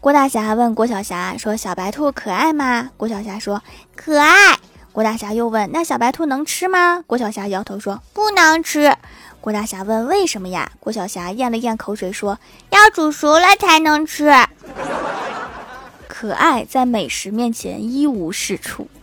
郭大侠问郭小侠说：“小白兔可爱吗？”郭小侠说：“可爱。”郭大侠又问：“那小白兔能吃吗？”郭小侠摇头说：“不能吃。”郭大侠问：“为什么呀？”郭小侠咽了咽口水说：“要煮熟了才能吃。”可爱在美食面前一无是处。